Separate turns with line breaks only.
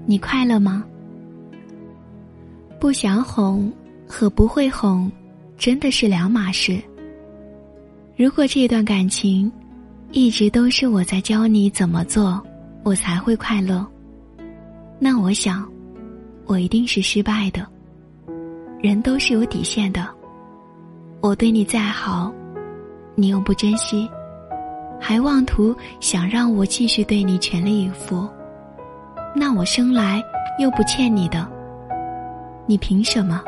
你快乐吗？不想哄和不会哄真的是两码事。如果这段感情一直都是我在教你怎么做我才会快乐，那我想我一定是失败的。人都是有底线的，我对你再好，你又不珍惜，还妄图想让我继续对你全力以赴，那我生来又不欠你的，你凭什么